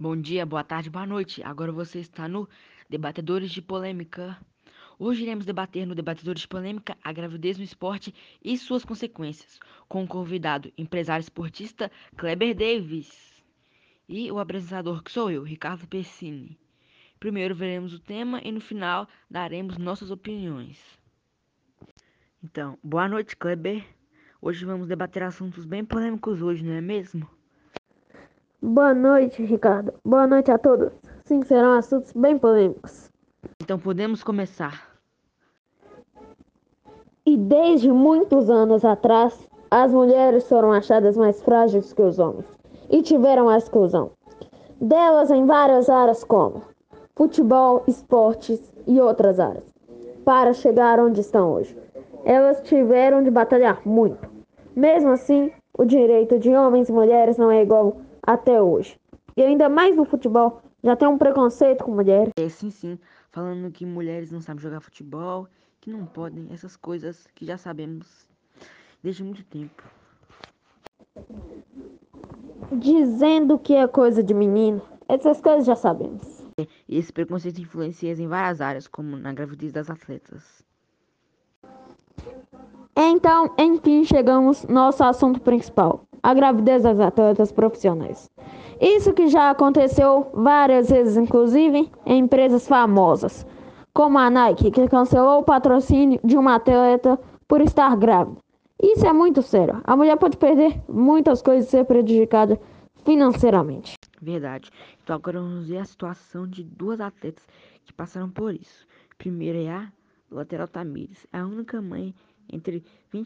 Bom dia, boa tarde, boa noite. Agora você está no Debatedores de Polêmica. Hoje iremos debater no Debatedores de Polêmica a gravidez no esporte e suas consequências, com o convidado empresário esportista Kleber Davis e o apresentador que sou eu, Ricardo Pessini. Primeiro veremos o tema e no final daremos nossas opiniões. Então, boa noite, Kleber. Hoje vamos debater assuntos bem polêmicos hoje, não é mesmo? Boa noite, Ricardo. Boa noite a todos. Sim, serão assuntos bem polêmicos. Então podemos começar. E desde muitos anos atrás, as mulheres foram achadas mais frágeis que os homens e tiveram a exclusão delas em várias áreas como futebol, esportes e outras áreas, para chegar onde estão hoje. Elas tiveram de batalhar muito. Mesmo assim, o direito de homens e mulheres não é igual até hoje. E ainda mais no futebol, já tem um preconceito com mulheres. Sim, falando que mulheres não sabem jogar futebol, que não podem, essas coisas que já sabemos desde muito tempo. Dizendo que é coisa de menino. Essas coisas já sabemos. E esse preconceito influencia em várias áreas, como na gravidez das atletas. Então, enfim, chegamos ao nosso assunto principal: a gravidez das atletas profissionais. Isso que já aconteceu várias vezes, inclusive em empresas famosas, como a Nike, que cancelou o patrocínio de uma atleta por estar grávida. Isso é muito sério. A mulher pode perder muitas coisas e ser prejudicada financeiramente. Verdade. Então agora vamos ver a situação de duas atletas que passaram por isso. Primeira é a lateral Tamires, a única mãe entre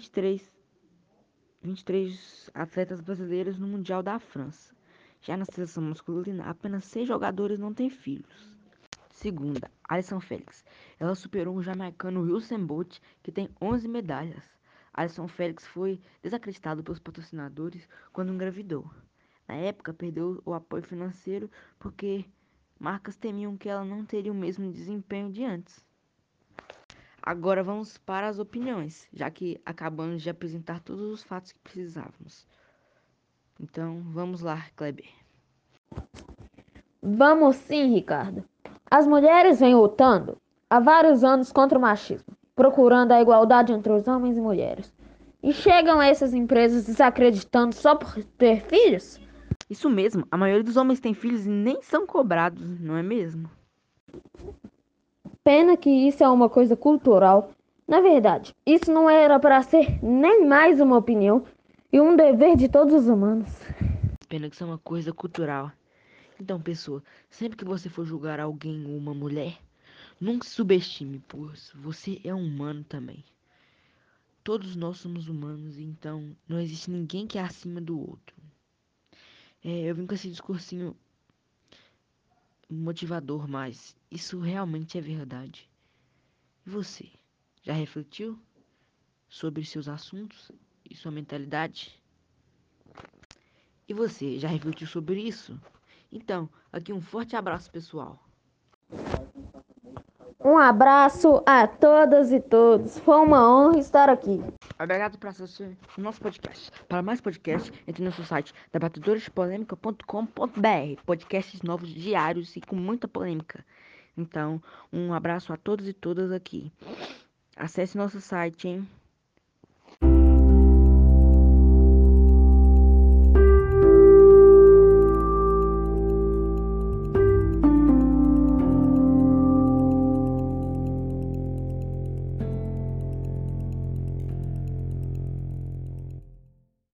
23 atletas brasileiras no Mundial da França. Já na seleção masculina, apenas 6 jogadores não têm filhos. Segunda, Alison Felix. Ela superou o jamaicano Usain Bolt, que tem 11 medalhas. Alison Felix foi desacreditado pelos patrocinadores quando engravidou. Na época, perdeu o apoio financeiro porque marcas temiam que ela não teria o mesmo desempenho de antes. Agora vamos para as opiniões, já que acabamos de apresentar todos os fatos que precisávamos. Então, vamos lá, Kleber. Vamos sim, Ricardo. As mulheres vêm lutando há vários anos contra o machismo, procurando a igualdade entre os homens e mulheres. E chegam essas empresas desacreditando só por ter filhos? Isso mesmo, a maioria dos homens tem filhos e nem são cobrados, não é mesmo? Pena que isso é uma coisa cultural. Na verdade, isso não era para ser nem mais uma opinião e um dever de todos os humanos. Pena que isso é uma coisa cultural. Então, pessoa, sempre que você for julgar alguém ou uma mulher, nunca se subestime, pois você é um humano também. Todos nós somos humanos, então não existe ninguém que é acima do outro. Eu vim com esse discursinho motivador, mas isso realmente é verdade. E você, já refletiu sobre seus assuntos e sua mentalidade? E você, já refletiu sobre isso? Então, aqui um forte abraço, pessoal. Um abraço a todas e todos. Foi uma honra estar aqui. Obrigado por assistir o nosso podcast. Para mais podcasts, entre no nosso site debatedoresdepolêmica.com.br. Podcasts novos diários e com muita polêmica. Então, um abraço a todos e todas aqui. Acesse nosso site, hein?